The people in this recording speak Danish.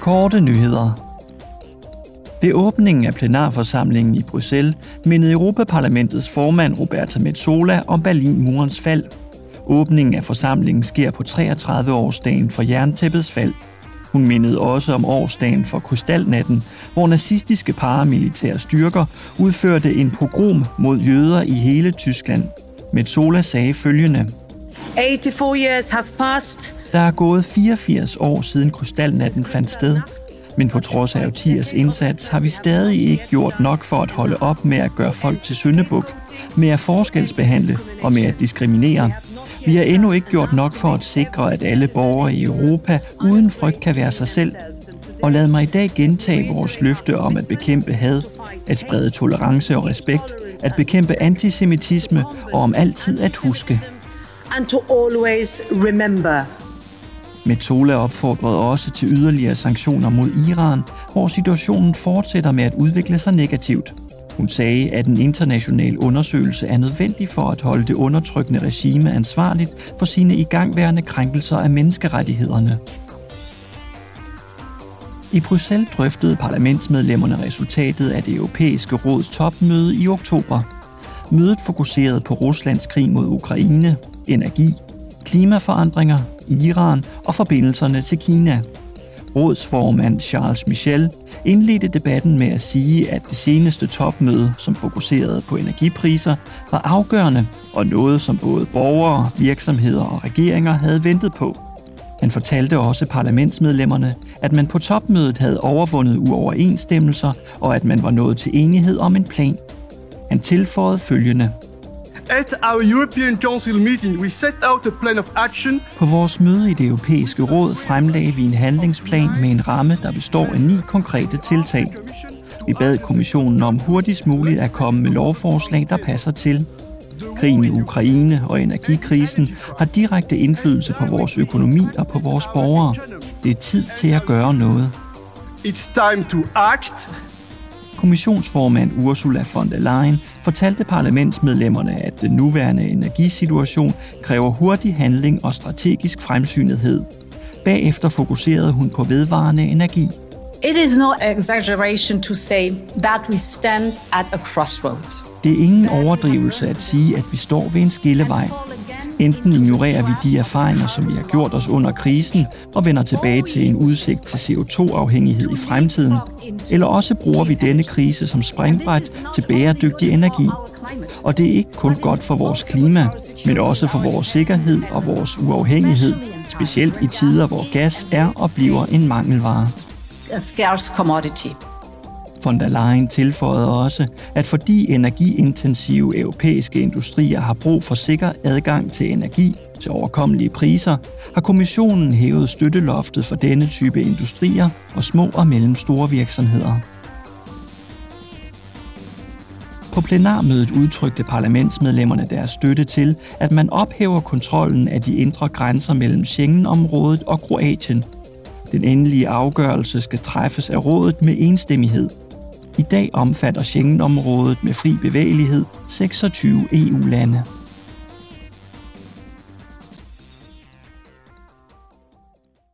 Korte nyheder. Ved åbningen af plenarforsamlingen i Bruxelles mindede Europaparlamentets formand Roberta Metsola om Berlinmurens fald. Åbningen af forsamlingen sker på 33-årsdagen for jerntæppets fald. Hun mindede også om årsdagen for krystalnatten, hvor nazistiske paramilitære styrker udførte en pogrom mod jøder i hele Tyskland. Metsola sagde følgende: 84 years have passed. Der er gået 84 år siden krystalnatten fandt sted. Men på trods af årtiers indsats har vi stadig ikke gjort nok for at holde op med at gøre folk til syndebuk, med at forskelsbehandle og med at diskriminere. Vi har endnu ikke gjort nok for at sikre, at alle borgere i Europa uden frygt kan være sig selv. Og lad mig i dag gentage vores løfte om at bekæmpe had, at sprede tolerance og respekt, at bekæmpe antisemitisme og om altid at huske. And to always remember. Metsola opfordrede også til yderligere sanktioner mod Iran, hvor situationen fortsætter med at udvikle sig negativt. Hun sagde, at en international undersøgelse er nødvendig for at holde det undertrykkende regime ansvarligt for sine igangværende krænkelser af menneskerettighederne. I Bruxelles drøftede parlamentsmedlemmerne resultatet af det europæiske råds topmøde i oktober. Mødet fokuserede på Ruslands krig mod Ukraine, energi, klimaforandringer, Iran og forbindelserne til Kina. Rådsformand Charles Michel indledte debatten med at sige, at det seneste topmøde, som fokuserede på energipriser, var afgørende og noget, som både borgere, virksomheder og regeringer havde ventet på. Han fortalte også parlamentsmedlemmerne, at man på topmødet havde overvundet uoverensstemmelser og at man var nået til enighed om en plan. Han tilføjede følgende: At our European Council meeting, we set out a plan of action. På vores møde i det europæiske råd fremlagde vi en handlingsplan med en ramme, der består af 9 konkrete tiltag. Vi bad kommissionen om hurtigst muligt at komme med lovforslag, der passer til. Krigen i Ukraine og energikrisen har direkte indflydelse på vores økonomi og på vores borgere. Det er tid til at gøre noget. It's time to act. Kommissionsformand Ursula von der Leyen fortalte parlamentsmedlemmerne, at den nuværende energisituation kræver hurtig handling og strategisk fremsynethed. Bagefter fokuserede hun på vedvarende energi. It is no exaggeration to say that we stand at a crossroads. Det er ingen overdrivelse at sige, at vi står ved en skillevej. Enten ignorerer vi de erfaringer, som vi har gjort os under krisen, og vender tilbage til en udsigt til CO2-afhængighed i fremtiden, eller også bruger vi denne krise som springbræt til bæredygtig energi. Og det er ikke kun godt for vores klima, men også for vores sikkerhed og vores uafhængighed, specielt i tider, hvor gas er og bliver en mangelvare. A scarce commodity. Von der Leyen tilføjede også, at fordi energiintensive europæiske industrier har brug for sikker adgang til energi til overkommelige priser, har kommissionen hævet støtteloftet for denne type industrier og små og mellemstore virksomheder. På plenarmødet udtrykte parlamentsmedlemmerne deres støtte til, at man ophæver kontrollen af de indre grænser mellem Schengen-området og Kroatien. Den endelige afgørelse skal træffes af rådet med enstemmighed. I dag omfatter Schengen-området med fri bevægelighed 26 EU-lande.